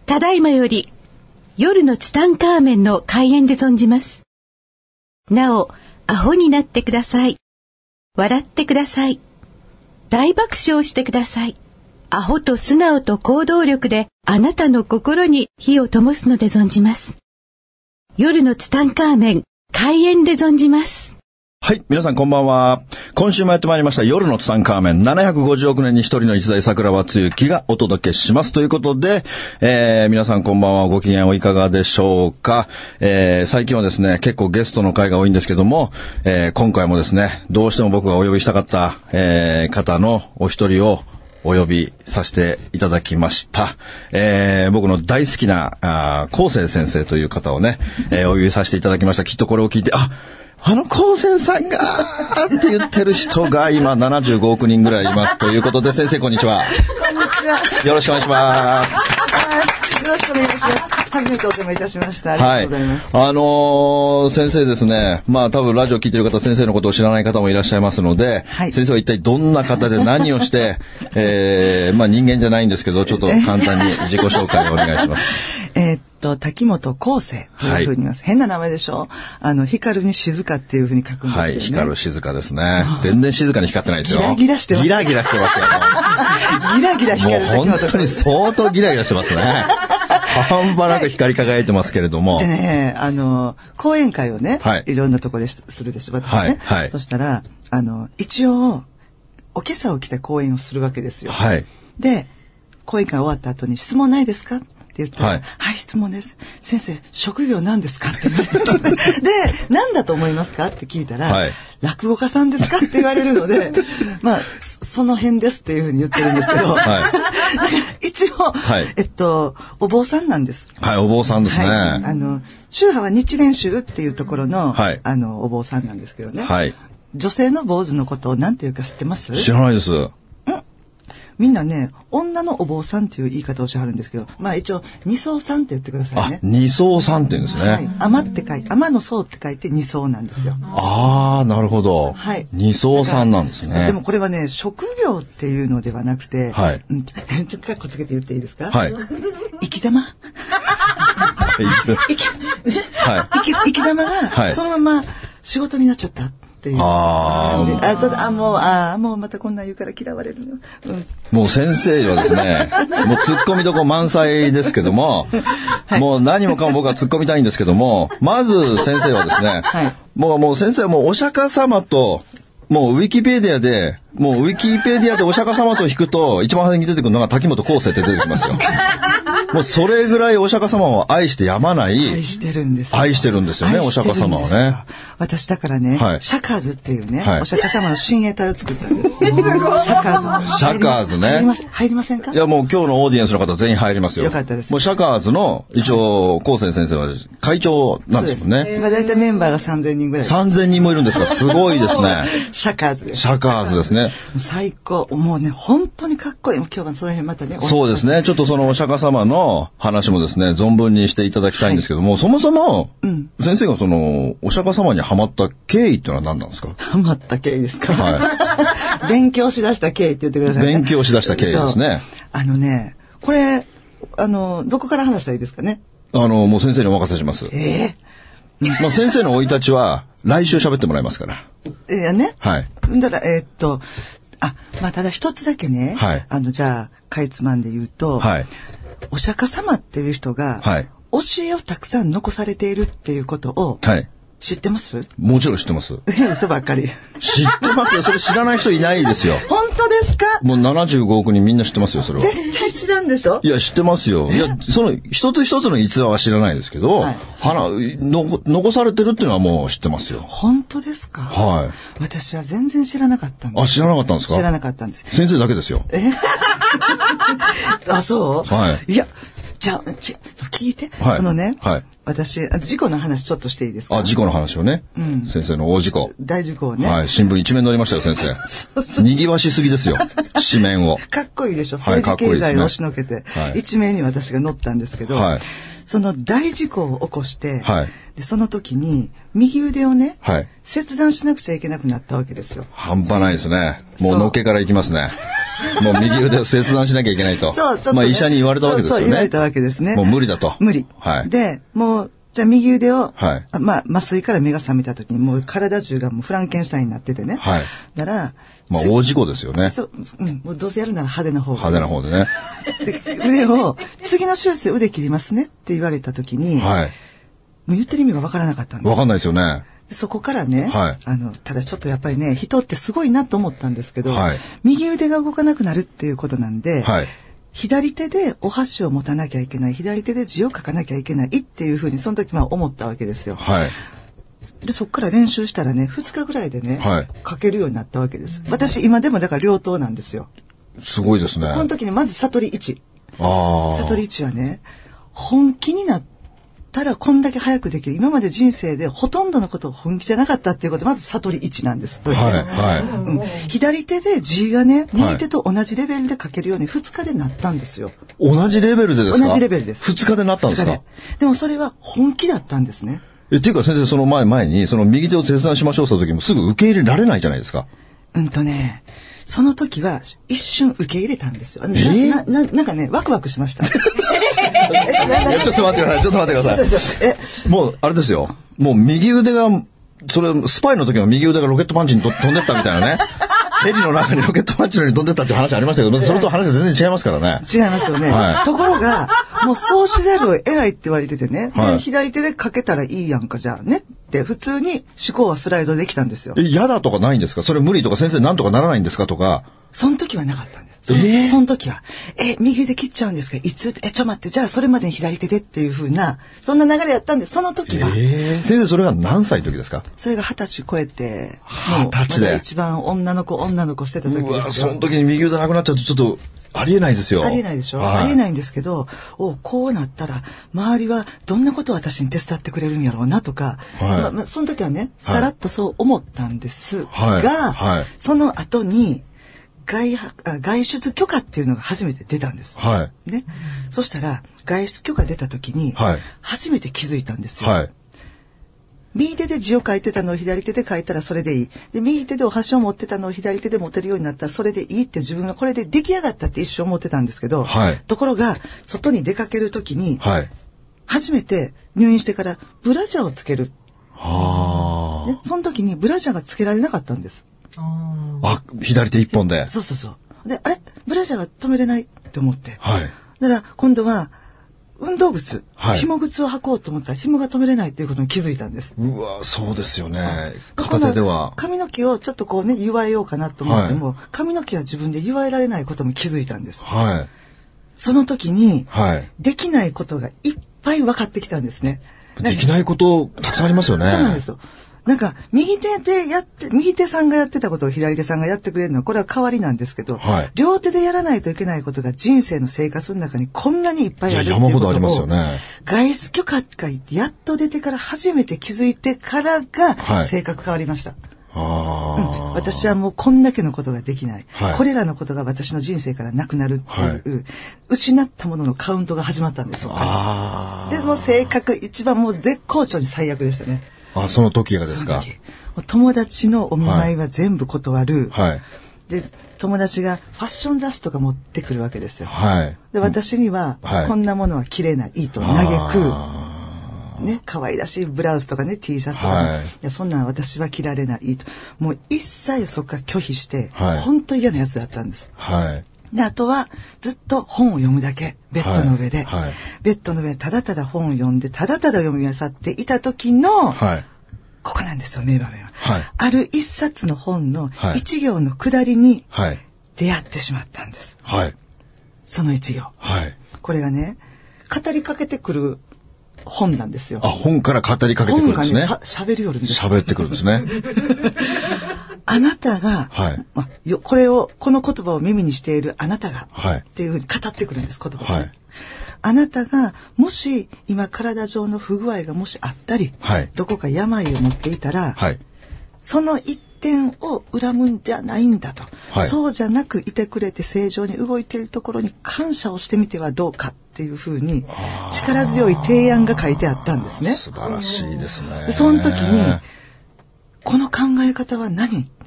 ただいまより夜のツタンカーメンの開演で存じます。なお、アホになってください。笑ってください。大爆笑してください。アホと素直と行動力であなたの心に火を灯すので存じます。夜のツタンカーメン開演で存じます。 はい、皆さんこんばんは。今週もやってまいりました夜のツタンカーメン、750億年に一人の一代桜庭つゆきがお届けしますということで、皆さんこんばんは。ご機嫌はいかがでしょうか。最近はですね、結構ゲストの回が多いんですけども、今回もですね、どうしても僕がお呼びしたかった、方のお一人をお呼びさせていただきました。僕の大好きな高生先生という方をね、お呼びさせていただきました。きっとこれを聞いて、高専さんがって言ってる人が今75億人ぐらいいますということで、先生こんにちは。 こんにちは。 よろしくお願いします。 よろしくお願いします。初めてお邪魔いたしました。ありがとうございます。 先生ですね、多分ラジオ聞いてる方、先生のことを知らない方もいらっしゃいますので、はい、先生は一体どんな方で何をして、人間じゃないんですけど、ちょっと簡単に自己紹介をお願いします。 滝本康生というふうに言います。はい、変な名前でしょ。光に静かっていうふうに書くんですけどね。はい、 光る静かですね。全然静かに光ってないですよ。 ギラギラしてます。 ギラギラしてますよ。 ギラギラ光る。 もう本当に相当ギラギラしてますね。半端なく光り輝いてますけれども。 でね、講演会をね、はい、いろんなところでするでしょ、私ね。はいはい、そしたら、一応、お今朝を着て講演をするわけですよ。はい、で、講演会終わった後に質問ないですかって言ったら、はい、質問です。先生、職業何ですかって言われて、で、何だと思いますかって聞いたら、はい、落語家さんですかって言われるので、その辺ですっていうふうに言ってるんですけど、はい、一応、はい、お坊さんなんです。 はい、お坊さんですね。はい、 宗派は日蓮宗っていうところの、はい、お坊さんなんですけどね。はい、女性の坊主のことを何て言うか知ってます？ 知らないです。 みんなね、女のお坊さんっていう言い方をしはるんですけど、一応、二僧さんって言ってくださいね。 二僧さんって言うんですね。はい。 天の僧って書いて二僧なんですよ。 なるほど。はい。二僧さんなんですね。 でもこれはね、職業っていうのではなくて、はい。ちょっとカッコつけて言っていいですか？はい。生き様生き様が、そのまま仕事になっちゃった。っていう感じ。もうまたこんなん言うから嫌われるの。 もう先生はですね、もう突っ込みどこ満載ですけども、はい、もう何もかも僕は突っ込みたいんですけども、まず先生はですね、はい、もう先生はもうお釈迦様と、もうウィキペディアでお釈迦様と引くと、一番初めに出てくるのが滝本康生って出てきますよ。もうそれぐらいお釈迦様を愛してやまない。 愛してるんですよね、お釈迦様はね。 私だからね、はい、シャカーズっていうね、はい、お釈迦様の親衛隊を作ったんです。シャカーズね。 入りませんか？ いやもう今日のオーディエンスの方全員入りますよ。 よかったです。 もうシャカーズの一応康生先生は会長なんですもんね。 だいたいメンバーが3000人ぐらい。 3000人もいるんですが、すごいですね。 シャカーズです。 シャカーズですね。 最高。もうね、本当にかっこいい。今日はその辺またね。 そうですね。ちょっとそのお釈迦様の話もですね、存分にしていただきたいんですけども、はい、そもそも、先生がそのお釈迦様にハマった経緯っていうのは何なんですか？ ハマった経緯ですか？はい。勉強しだした経緯って言ってくださいね。 勉強しだした経緯ですね。 これどこから話したらいいですかね？ もう先生にお任せします。先生の生い立ちは来週喋ってもらいますから。 ね。 はい。 だからただ一つだけね。はい。じゃあかいつまんで言うと。はい。お釈迦様っていう人が、はい、教えをたくさん残されているっていうことを、はい、知ってます？ もちろん知ってます。 嘘ばっかり。 知ってますよ。それ知らない人いないですよ。 本当ですか？ もう75億人みんな知ってますよ、それは。 絶対知らんでしょ？ いや、知ってますよ。いや、その一つ一つの逸話は知らないですけど、はい、残されてるっていうのはもう知ってますよ。 本当ですか？はい。私は全然知らなかったんです。 知らなかったんですか？ 知らなかったんです。 先生だけですよ。 そう？はい。いや、じゃあ、聞いて。 はい。 そのね、はい。私、事故の話ちょっとしていいですか？ 事故の話をね。うん。先生の大事故。 大事故をね。 はい。新聞一面載りましたよ、先生。そう。賑わしすぎですよ。紙面を。 かっこいいでしょ？政治経済を押しのけて、はい、一面に私が載ったんですけど、はい。その大事故を起こして、はい。で、その時に、右腕をね、はい。切断しなくちゃいけなくなったわけですよ。 半端ないですね。もうのっけからいきますね。 もう右腕を切断しなきゃいけないと。 そう、ちょっと、ね。 まあ医者に言われたわけですよね。 そう言われたわけですね。 もう無理だと。 無理。 はい。 で、もう、じゃあ右腕を、 はい。 まあ麻酔から目が覚めた時にもう体中がもうフランケンシュタインになっててね。 はい。 だから、 まあ大事故ですよね。 そう、もうどうせやるなら派手な方が。 派手な方でね。 で、腕を、次の手術で腕切りますねって言われた時に、はい。もう言ってる意味がわからなかったんです。 わかんないですよね。 そこからね、 はい。 ただちょっとやっぱりね、人ってすごいなと思ったんですけど、はい。右腕が動かなくなるっていうことなんで、はい。左手でお箸を持たなきゃいけない、左手で字を書かなきゃいけないっていうふうにその時思ったわけですよ。はい。で、そこから練習したらね、2日ぐらいでね、はい。書けるようになったわけです。私今でもだから両刀なんですよ。 すごいですね。 この時にまず悟り1。悟り1はね、本気になったらこんだけ早くできる。今まで人生でほとんどのことを本気じゃなかったっていうことまず悟り1なんです。はいはい。左手で字がね、右手と同じレベルで書けるように2日でなったんですよ。 同じレベルでですか？ 同じレベルです。 2日でなったんですか？ でもそれは本気だったんですね。 っていうか先生、その前に、その右手を切断しましょうとした時もすぐ受け入れられないじゃないですか。 その時は一瞬受け入れたんですよ。なんかね、ワクワクしました。 ちょっと待ってください。ちょっと待ってください。もう、あれですよ。もう右腕が、それ、スパイの時の右腕がロケットパンチに飛んでったみたいなね。ヘリの中にロケットパンチのように飛んでったっていう話ありましたけど、それと話が全然違いますからね。 違いますよね。はい、ところが、もうそうしざるを得ないって言われててね。はい、左手でかけたらいいやんか、じゃあねって普通に思考はスライドできたんですよ。 嫌だとかないんですか？それ無理とか先生なんとかならないんですかとか。 その時はなかったんです。その時は、右手切っちゃうんですか？いつ？ちょっと待って、じゃあそれまでに左手でっていう風な、そんな流れやったんで、その時は。 先生、それが何歳の時ですか？ それが20歳超えて、 20歳で。 一番女の子してた時ですよ。 うわ、その時に右腕なくなっちゃうとちょっと、ありえないですよ。 ありえないでしょ、はい、ありえないんですけど、こうなったら、周りはどんなことを私に手伝ってくれるんやろうなとか、はいその時はね、さらっとそう思ったんですが、はい、その後に、外出許可っていうのが初めて出たんです。はい。ね。そしたら、外出許可出た時に、初めて気づいたんですよ。はい。右手で字を書いてたのを左手で書いたらそれでいい。で、右手でお箸を持ってたのを左手で持てるようになったらそれでいいって自分がこれで出来上がったって一瞬思ってたんですけど、はい。ところが、外に出かける時に、はい。初めて入院してからブラジャーをつける。はあ。ね。その時にブラジャーがつけられなかったんです。 左手一本で。 そう。で、ブラジャーが止めれないって思って。はい。だから、今度は、運動靴、はい、紐靴を履こうと思ったら紐が止めれないっていうことに気づいたんです。 うわ、そうですよね。片手では。 髪の毛をちょっとこうね、結えようかなと思っても、はい、髪の毛は自分で結えられないことも気づいたんです。はい。その時に、はい、できないことがいっぱい分かってきたんですね。 できないことたくさんありますよね。 そうなんですよ。なんか、右手さんがやってたことを左手さんがやってくれるのは、これは代わりなんですけど、はい、両手でやらないといけないことが人生の生活の中にこんなにいっぱいあるっていうことを、 山ほどありますよね。 外出許可がやっと出てから初めて気づいてからが、性格変わりました。はい私はもうこんだけのことができない、はい。これらのことが私の人生からなくなるっていう、はい、失ったもののカウントが始まったんですよ。でも性格一番もう絶好調に最悪でしたね。 その時がですか。 友達のお見舞いは全部断る。はい。で、友達がファッション雑誌とか持ってくるわけですよ。はい。で、私には、こんなものは着れないと嘆く。ね、可愛らしいブラウスとかね、T シャツとか、ねはい、いや、そんなん私は着られないと。もう一切そこから拒否して、本当嫌なやつだったんです。はい。で、あとは、ずっと本を読むだけ。ベッドの上で。はいはい、ベッドの上でただただ本を読んで、ただただ読み漁っていた時の、はい、ここなんですよ、名場面は。はい、ある一冊の本の一行の下りに出会ってしまったんです。はい、その一行。はい、これがね、語りかけてくる本なんですよ。 本から語りかけてくるんですね。 喋るよるんです。 喋ってくるんですね。 あなたが、はいこの言葉を耳にしているあなたが、はい、っていうふうに語ってくるんです、言葉が、はい。あなたが、もし今体上の不具合がもしあったり、はい、どこか病を持っていたら、はい、その一点を恨むんじゃないんだと、はい。そうじゃなくいてくれて正常に動いているところに感謝をしてみてはどうかっていうふうに、力強い提案が書いてあったんですね。 素晴らしいですね。 その時に、この考え方は何？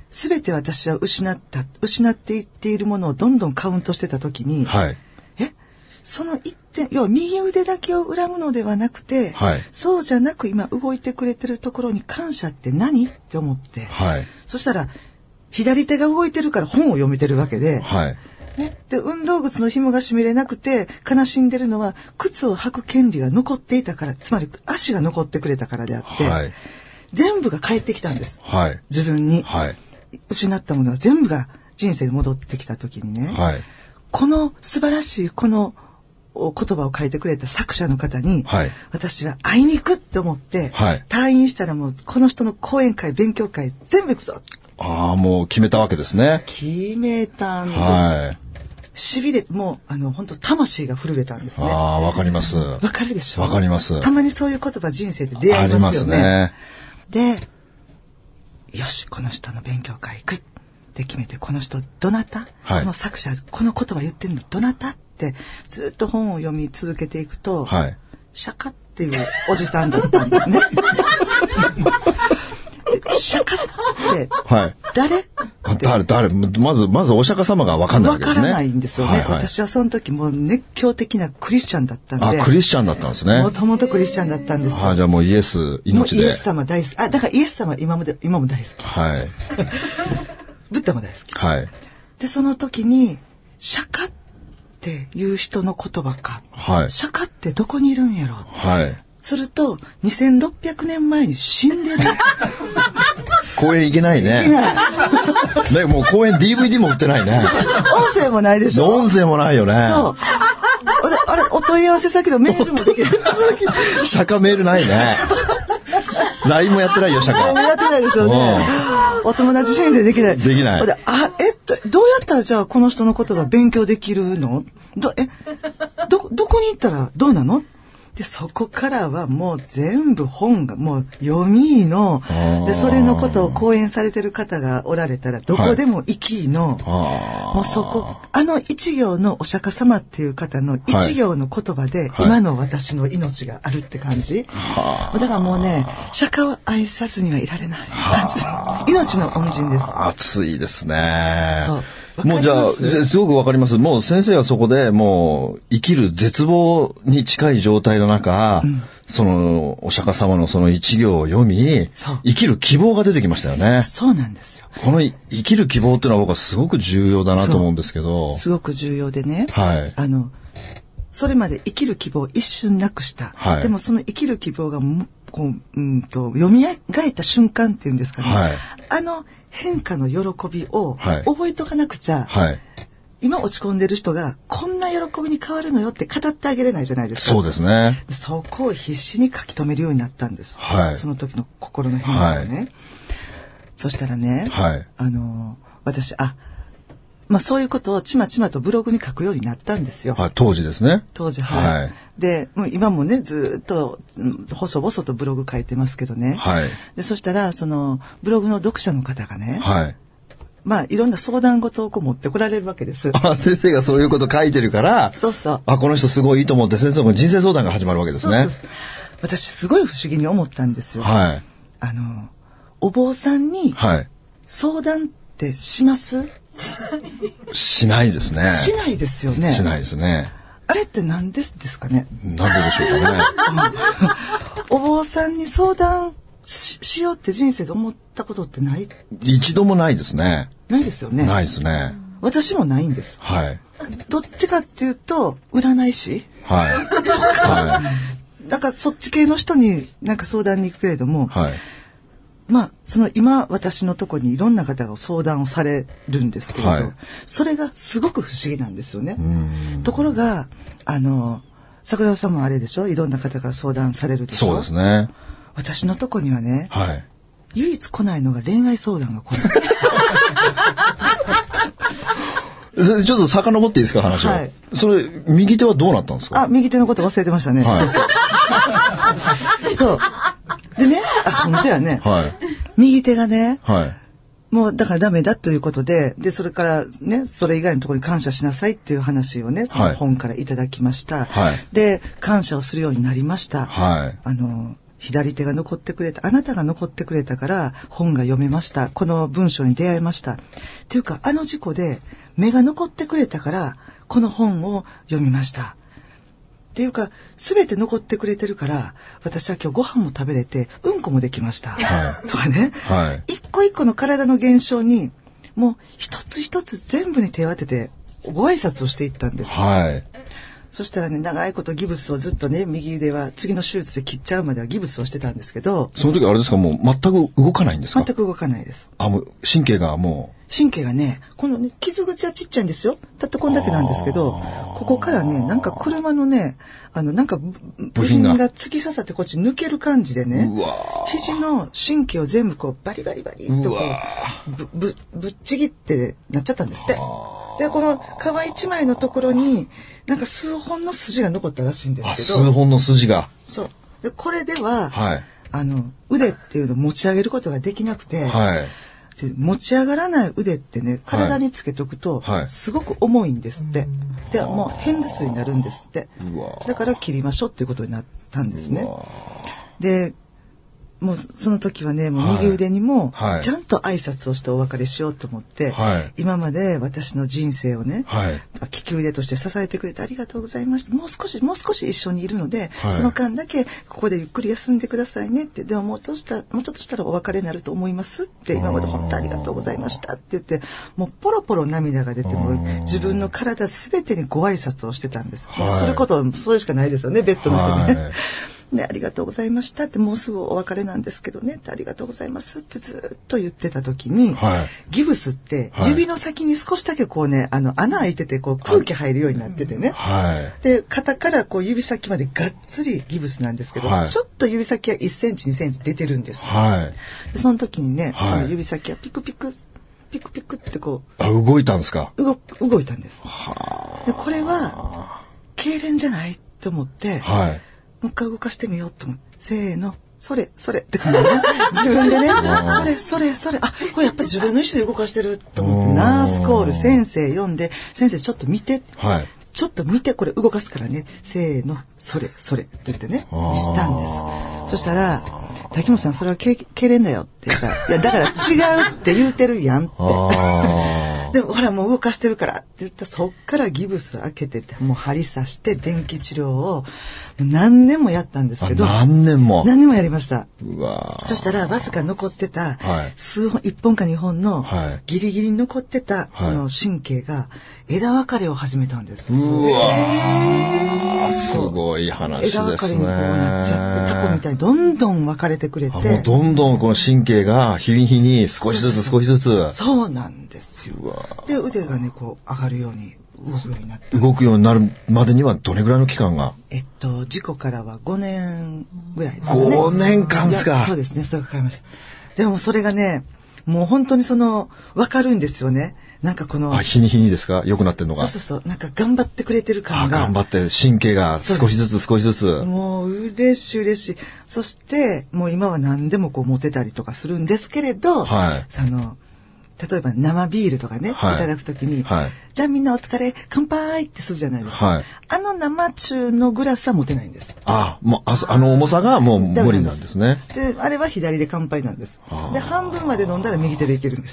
全て私は失っていっているものをどんどんカウントしてた時に、 はい、 その一点、要は右腕だけを恨むのではなくて、はい、そうじゃなく今動いてくれてるところに感謝って何って思って、はい、そしたら左手が動いてるから本を読めてるわけで、はいね、で運動靴の紐が締めれなくて悲しんでるのは靴を履く権利が残っていたから、つまり足が残ってくれたからであって、はい、全部が返ってきたんです、はい、自分に、はい、失ったものは全部が人生に戻ってきた時にね、はい、この素晴らしいこの言葉を書いてくれた作者の方に、はい、私は会いに行くって思って、はい、退院したらもうこの人の講演会勉強会全部行くぞ。 ああ、もう決めたわけですね。 決めたんです、はい、しびれ、もう本当魂が震えたんですね。 ああ、わかります。 わかるでしょ。 わかります。 たまにそういう言葉人生で出会いますよね。ありますね。で、よし、この人の勉強会行くって決めて、この人どなた、はい、この作者この言葉言ってんのどなたってずっと本を読み続けていくと、はい、釈迦っていうおじさんだったんですね。釈迦って誰、はい、 誰まずお釈迦様が分かんないわけですね。 分からないんですよね、はいはい、私はその時もう熱狂的なクリスチャンだったんで。 あ、クリスチャンだったんですね。 もともとクリスチャンだったんですよ。 じゃあもうイエス命で。 もうイエス様大好き。だからイエス様今も大好き。はい。ブッダも大好き。はい。でその時に釈迦っていう人の言葉か、はい、釈迦ってどこにいるんやろ、はい、すると2600年前に死んでる。 公園行けないね。ね、もう公園 DVD も売ってないね。 音声もないでしょ。 音声もないよね。そう。 あれお問い合わせ先のメールもできない。 釈迦メールないね。LINE もやってないよ、釈迦。 やってないですよね。お友達申請できない。 できない。 どうやったらじゃあこの人の言葉勉強できるの？どこに行ったらどうなの？でそこからはもう全部本がもう読みので、それのことを講演されてる方がおられたらどこでも行きの、はい、もうそこ一行のお釈迦様っていう方の一行の言葉で、はい、今の私の命があるって感じ、はい、だからもうね、釈迦を愛さずにはいられない感じです。命の恩人です。 熱いですね。そうもうじゃあすごくわかります。もう先生はそこでもう生きる絶望に近い状態の中、うん、そのお釈迦様のその一行を読み、生きる希望が出てきましたよね。 そうなんですよ。 この生きる希望っていうのは僕はすごく重要だなと思うんですけど。 すごく重要でね。はい。それまで生きる希望を一瞬なくした。はい。でもその生きる希望がこう蘇った瞬間っていうんですかね。はい。変化の喜びを覚えとかなくちゃ、はい、今落ち込んでる人がこんな喜びに変わるのよって語ってあげれないじゃないですか。 そうですね。 そこを必死に書き留めるようになったんです、はい、その時の心の変化をね、はい、そしたらね、はい、私そういうことをちまちまとブログに書くようになったんですよ。 はい、当時ですね。 当時、はい。はい、で、もう今もね、ずっと、細々とブログ書いてますけどね。はい。で、そしたら、ブログの読者の方がね。はい。いろんな相談事を持ってこられるわけです。 先生がそういうこと書いてるから。 そうそう。 この人すごいいいと思って先生も人生相談が始まるわけですね。そう。 私、すごい不思議に思ったんですよ。はい。お坊さんに、相談ってします？ しないですね。 しないですよね。 しないですね。 あれって何ですかね。 なんででしょうかね。 お坊さんに相談 しようって人生で思ったことってない？ 一度もないですね。 ないですよね。 ないですね。 私もないんです。はい。どっちかっていうと占い師。はい。はい。なんかそっち系の人になんか相談に行くけれども。はい。今私のとこにいろんな方が相談をされるんですけれど、はい、それがすごく不思議なんですよね。ところが桜田さんもあれでしょ、いろんな方が相談されるでしょ。 そうですね。 私のとこにはね、はい、唯一来ないのが恋愛相談が来ない。ちょっと遡っていいですか、話を。はい、それ右手はどうなったんですか？ 右手のこと忘れてましたね。はい、そうでね、本当やね、はい、右手がね、はい、もうだからダメだということで、それからね、それ以外のところに感謝しなさいっていう話をね、その本からいただきました。はい、で、感謝をするようになりました。はい、 左手が残ってくれた、あなたが残ってくれたから本が読めました。この文章に出会いました。っていうか、あの事故で目が残ってくれたからこの本を読みました。っていうか、すべて残ってくれてるから、私は今日ご飯も食べれて、うんこもできました。はい、とかね、はい。一個一個の体の現象に、もう一つ一つ全部に手を当てて、ご挨拶をしていったんです。はい。そしたらね、長いことギブスをずっとね、右腕は次の手術で切っちゃうまではギブスをしてたんですけど。 その時あれですか、もう全く動かないんですか？ 全く動かないです。 もう神経がもう。 神経がね、このね、傷口はちっちゃいんですよ。たったこんだけなんですけど、ここからね、なんか車のね、なんか部品が突き刺さってこっち抜ける感じでね、肘の神経を全部こうバリバリバリっとこう、ぶっちぎってなっちゃったんですって。で、この皮一枚のところに、なんか数本の筋が残ったらしいんですけど。 数本の筋が。 そう。で、これでは、はい、腕っていうのを持ち上げることができなくて、はい、で持ち上がらない腕ってね、体につけとくと、すごく重いんですって。で、もう片頭痛になるんですって。だから切りましょうっていうことになったんですね。で、もうその時はね、もう右腕にもちゃんと挨拶をしてお別れしようと思って、はい、今まで私の人生をね、はい、利き腕として支えてくれてありがとうございました。もう少し一緒にいるので、はい、その間だけここでゆっくり休んでくださいねって、でももうちょっとしたらお別れになると思いますって、今まで本当ありがとうございましたって言って、もうポロポロ涙が出ても自分の体すべてにご挨拶をしてたんです。はい、することはそれしかないですよね、ベッドの上でね。はいで、ありがとうございましたって、もうすぐお別れなんですけどねってありがとうございますってずっと言ってた時に、はい、ギブスって指の先に少しだけこうね、穴開いててこう空気入るようになっててね。はい、で、肩からこう指先までがっつりギブスなんですけど、はい、ちょっと指先は1センチ2センチ出てるんです。はい、でその時にね、その指先はピクピクピクピクってこう。 動いたんですか？ 動いたんです。で、これは、痙攣じゃないと思って、はい、もう一回動かしてみようと思って、せーの、それって感じでね、自分でね、それ、これやっぱり自分の意思で動かしてると思って、ナースコール、先生読んで、先生ちょっと見て、はい、ちょっと見て、これ動かすからね、せーの、それって言ってね、したんです。そしたら、滝本さん、それは痙攣だよって言ったら、いや、だから違うって言うてるやんって。でもほらもう動かしてるからって言ったらそっからギブス開けててもう針刺して電気治療を何年もやったんですけど何年もやりました。うわそしたらわずか残ってた、はい、1本か2本のギリギリに残ってたその神経が枝分かれを始めたんです。 うわすごい話ですね。 枝分かれにこうなっちゃってタコみたいにどんどん分かれてくれてもうどんどんこの神経が日に日に少しずつそうなんですよ。で腕がねこう上がるように動くようになって動くようになるまでにはどれぐらいの期間が事故からは5年ぐらいですね。 5年間ですか？ そうですね、それがかかりました。でもそれがねもう本当に分かるんですよね。なんかこの日に日にですか？良くなってるのがそうなんか頑張ってくれてる感が頑張って神経が少しずつもう嬉しい。そしてもう今は何でもこう持てたりとかするんですけれど、はい、例えば生ビールとかね、はい、いただくときに、はい、じゃあみんなお疲れ乾杯ってするじゃないですか、はい、生中のグラスは持てないんです。 もう重さがもう無理なんですね。 であれは左で乾杯なんです。で半分まで飲んだら右手でいけるんです。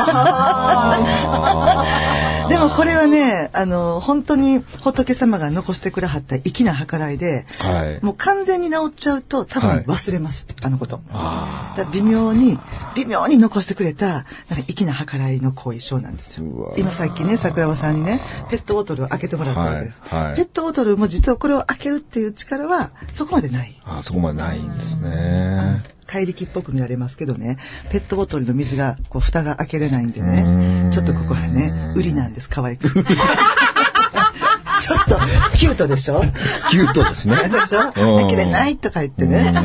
でもこれはね本当に仏様が残してくれはった粋な計らいで、はい、もう完全に治っちゃうと多分忘れます、はい、あのこと。だ微妙に残してくれたなんか粋な計らいの後遺症なんですよ。今さっきね桜庭さんにねペットボトルを開けてもらったわけです、はいはい、ペットボトルも実はこれを開けるっていう力はそこまでない。 そこまでないんですね。 怪力っぽく見られますけどね、ペットボトルの水がこう蓋が開けれないんでね、ちょっとここはね売りなんです。可愛くちょっとキュートでしょ？ キュートですね。 でしょ？開けれないとか言ってね。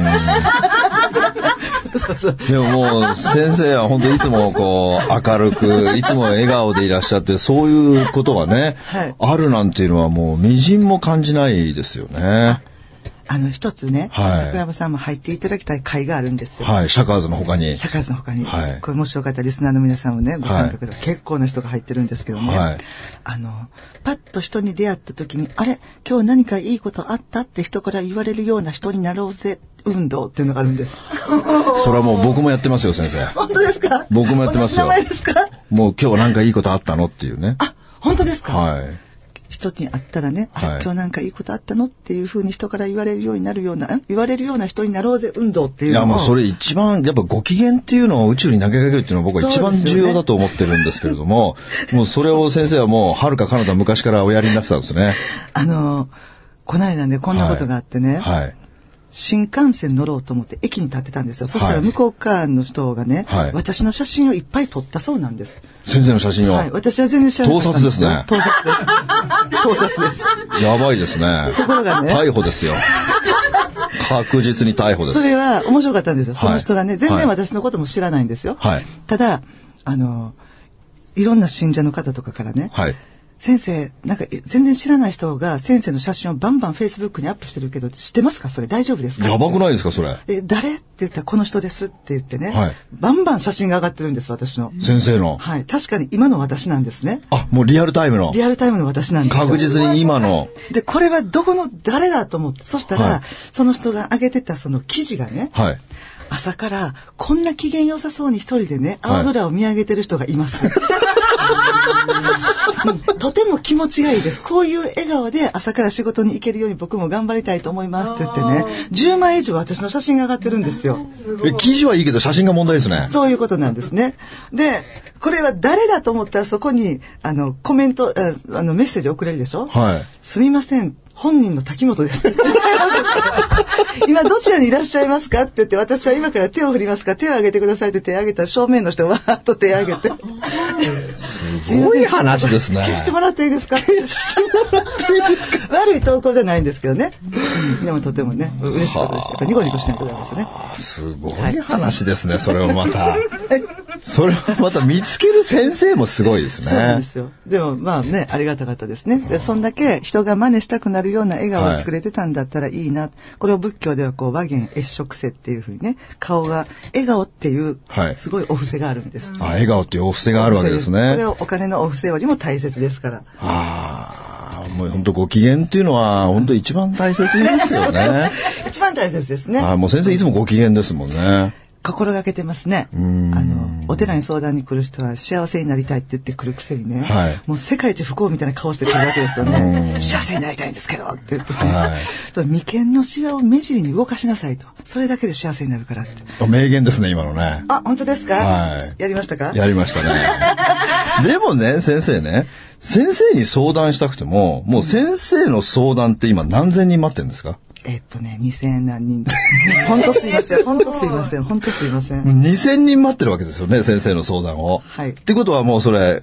そうでももう先生は本当いつもこう明るくいつも笑顔でいらっしゃってそういうことがね、はい、あるなんていうのはもうみじんも感じないですよね。 一つね、はい、桜庭さんも入っていただきたい会があるんですよ。 はい、シャカーズの他に。 はい、これもしよかったらリスナーの皆さんもね、ご参加ください。結構な人が入ってるんですけどね。はい、パッと人に出会った時に、あれ、今日何かいいことあったって人から言われるような人になろうぜって運動っていうのがあるんです。 それはもう僕もやってますよ、先生。 本当ですか？ 僕もやってますよ。 お名前ですか？ もう今日なんかいいことあったのっていうね。 あ、本当ですか？ はい。 人に会ったらね、 はい、 今日なんかいいことあったのっていうふうに人から言われるような人になろうぜ運動っていうのを。 いや、もうそれ一番、やっぱご機嫌っていうのを宇宙に投げかけるっていうのは僕は一番重要だと思ってるんですけれども、もうそれを先生はもう遥か彼方昔からおやりになってたんですね。 この間ね、こんなことがあってね。 はい。 新幹線乗ろうと思って駅に立ってたんですよ。そしたら向こう側の人がね、はい、私の写真をいっぱい撮ったそうなんです。 先生の写真を。 はい、私は全然知らなかったんですよ。 盗撮ですね。 盗撮です。 やばいですね。 ところがね。 逮捕ですよ。確実に逮捕です。 それは面白かったんですよ。その人がね、全然私のことも知らないんですよ。 はい。 ただ、いろんな信者の方とかからね、 はい。 先生、なんか全然知らない人が先生の写真をバンバンフェイスブックにアップしてるけど、知ってますか？それ大丈夫ですか？ やばくないですかそれ？ 誰って言ったらこの人ですって言ってね、 はい、 バンバン写真が上がってるんです、私の。 先生の。 はい。確かに今の私なんですね。 あ、もうリアルタイムの。 リアルタイムの私なんですよ。 確実に今の。 で、これはどこの誰だと思って、そしたら、はい、その人が上げてたその記事がね、 はい。 朝からこんな機嫌良さそうに一人でね、青空を見上げてる人がいます。はいとても気持ちがいいです。こういう笑顔で朝から仕事に行けるように僕も頑張りたいと思いますって言ってね、10枚以上私の写真が上がってるんですよ。 記事はいいけど写真が問題ですね。 そういうことなんですね。で、これは誰だと思ったらそこにコメントメッセージ送れるでしょ。 はい。 すみません。本人の滝本です。今どちらにいらっしゃいますかって言って、私は今から手を振りますか、手を挙げてくださいって手を挙げたら正面の人がわーっと手を挙げて。 すごい話ですね。 消してもらっていいですか？消してもらっていいですか？悪い投稿じゃないんですけどね。でもとてもね、嬉しかったです。やっぱニコニコしないとダメですね。 すごい話ですね、それをまた。それをまた見つける先生もすごいですね。 そうなんですよ。でもまあね、ありがたかったですね。で、そんだけ人が真似したくなるような笑顔を作れてたんだったらいいな。はい、これを仏教では和言越色世っていうふうにね、顔が笑顔っていうすごいお布施があるんです。 はい、笑顔っていうお布施があるわけですね。 これはお金のお布施よりも大切ですから。 もう本当ご機嫌っていうのは本当一番大切ですよね。 一番大切ですね。 もう先生いつもご機嫌ですもんね。 心がけてますね。お寺に相談に来る人は幸せになりたいって言ってくるくせにね、はい、もう世界一不幸みたいな顔してくるわけですよね。幸せになりたいんですけどって言って、はい、眉間のシワを目尻に動かしなさいと。それだけで幸せになるからって。 名言ですね、今のね。 あ、本当ですか？ はい。 やりましたか？ やりましたね。でもね、先生ね、先生に相談したくても、もう先生の相談って今何千人待ってるんですか ？2000何人。本当すいません。本当すいません。本当すいません。 2000人待ってるわけですよね、先生の相談を。 はい。 ってことはもうそれ、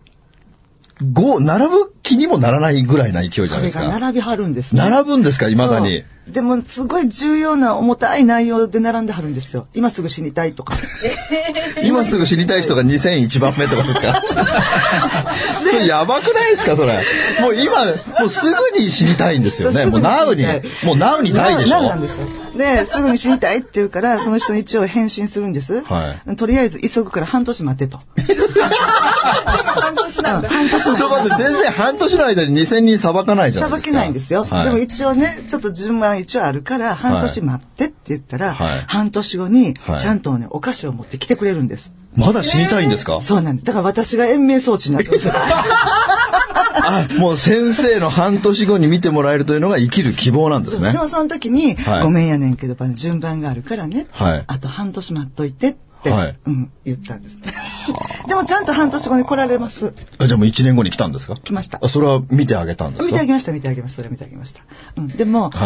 並ぶ気にもならないぐらいな勢いじゃないですか。 それが並びはるんですね。 並ぶんですか、未だに。 でもすごい重要な重たい内容で並んではるんですよ。今すぐ死にたいとか。 今すぐ死にたい人が2001番目とかですか？それやばくないですか、それ。もうすぐに死にたいんですよね。もうナウにたいでしょ。 なんですよ。で、すぐに死にたいって言うから、その人に一応返信するんです。 はい。 とりあえず急ぐから半年待てと。 半年なんだ。半年なんだ。ちょっと待って、全然半年の間に2000人裁かないじゃないですか。 裁けないんですよ。はい、でも一応ね、ちょっと順番一応あるから半年待ってって言ったら、はい、半年後にちゃんとね、お菓子を持ってきてくれるんです。 まだ死にたいんですか？ そうなんです。だから私が延命装置になってるんです。 もう先生の半年後に見てもらえるというのが生きる希望なんですね。 でもその時に、はい、ごめんやねんけど順番があるからね、 はい、 あと半年待っといてって、はい、言ったんです。でもちゃんと半年後に来られます。 じゃあもう1年後に来たんですか？ 来ました。 それは見てあげたんですか？ 見てあげました。それは見てあげました。でも、はい、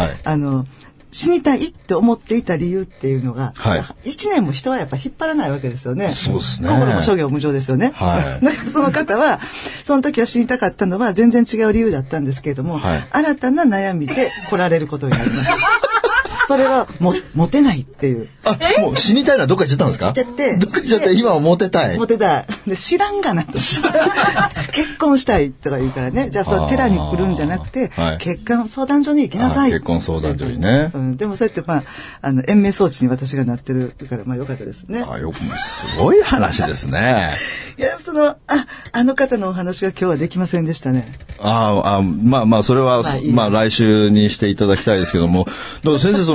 死にたいって思っていた理由っていうのが、はい、1年も人はやっぱ引っ張らないわけですよね。 そうですね。 心も諸行無常ですよね。 はい。 だからその方は、その時は死にたかったのは全然違う理由だったんですけれども、はい、新たな悩みで来られることになりました。それはモテないっていう。 もう死にたいのはどっか行っちゃったんですか？どっか行っちゃって今はモテたい。 モテたい。で知らんがなと。結婚したいとか言うからね。じゃあその寺に来るんじゃなくて、はい、結婚相談所に行きなさい。 結婚相談所にね。 でもそうやって延命装置に私がなってるから良かったですね。 すごい話ですね。 いやあの方のお話が今日はできませんでしたね。 まあそれは来週にしていただきたいですけども。だから先生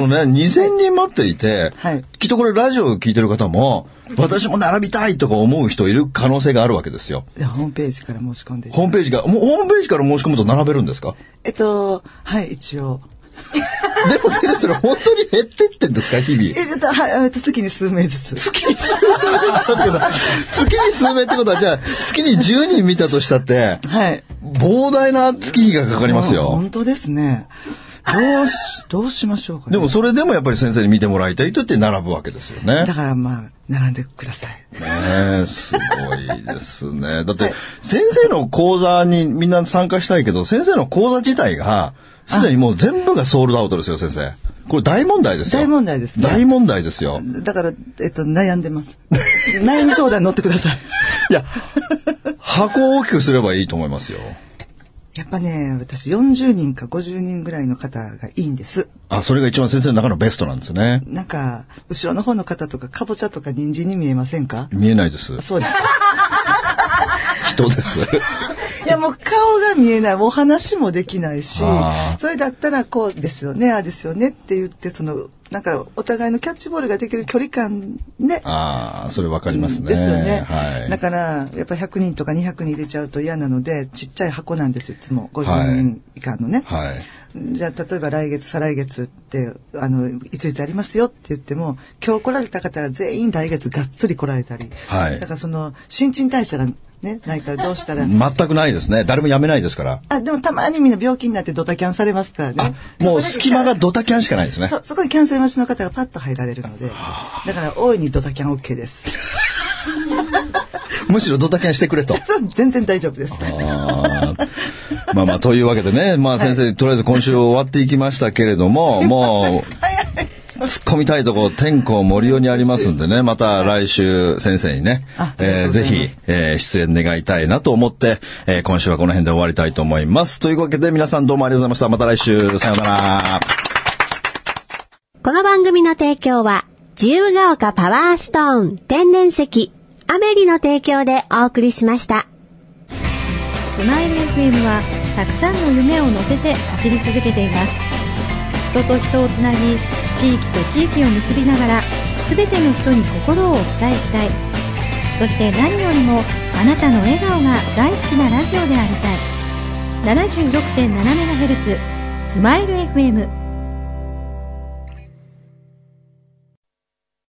そのね、2000人待っていて、はい、きっとこれラジオを聞いてる方も、私も並びたいとか思う人いる可能性があるわけですよ。 いや、ホームページから申し込んで。 ホームページから申し込むと並べるんですか？ はい、一応。 でも先生、それ本当に減ってってんですか、日々？ 月に数名ずつ。 月に数名ってことは、じゃあ、月に10人見たとしたって、はい。膨大な月日がかかりますよ。 本当ですね。どうしましょうかね。 でもそれでもやっぱり先生に見てもらいたいと言って並ぶわけですよね。 だから並んでください。 ねえ、すごいですね。だって、先生の講座にみんな参加したいけど、先生の講座自体が、すでにもう全部がソールドアウトですよ、先生。これ大問題ですよ。 大問題ですね。 大問題ですよ。 だから、悩んでます。悩み相談に乗ってください。 いや、箱を大きくすればいいと思いますよ。 やっぱね、私40人か50人ぐらいの方がいいんです。 それが一番先生の中のベストなんですね。 なんか、後ろの方の方とか、かぼちゃとか人参に見えませんか？ 見えないです。 そうですか。 人です。 いや、もう顔が見えない。もう話もできないし、それだったらこうですよね、ああですよねって言って、なんかお互いのキャッチボールができる距離感ね。 それわかりますね。 ですよね。 はい。 だから、やっぱ100人とか200人入れちゃうと嫌なので、ちっちゃい箱なんですよ、いつも。50人以下のね。はい。じゃあ、例えば来月、再来月って、いついつありますよって言っても、今日来られた方が全員来月がっつり来られたり。はい。だから新陳代謝がね、ないからどうしたら。 全くないですね。誰も辞めないですから。 でもたまにみんな病気になってドタキャンされますからね。 もう隙間がドタキャンしかないですね。 そこにキャンセル待ちの方がパッと入られるので。だから大いにドタキャン OK です。 むしろドタキャンしてくれと。 全然大丈夫です。 というわけでね、先生、とりあえず今週終わっていきましたけれども、もう、突っ込みたいところ、天候森生にありますんでね、また来週先生にね、ぜひ、出演願いたいなと思って、今週はこの辺で終わりたいと思います。というわけで皆さんどうもありがとうございました。また来週、さようなら。 この番組の提供は、自由が丘パワーストーン天然石、アメリの提供でお送りしました。 スマイル FM は、たくさんの夢を乗せて走り続けています。人と人をつなぎ、地域と地域を結びながら、すべての人に心をお伝えしたい。そして何よりも、あなたの笑顔が大好きなラジオでありたい。76.7MHz スマイル FM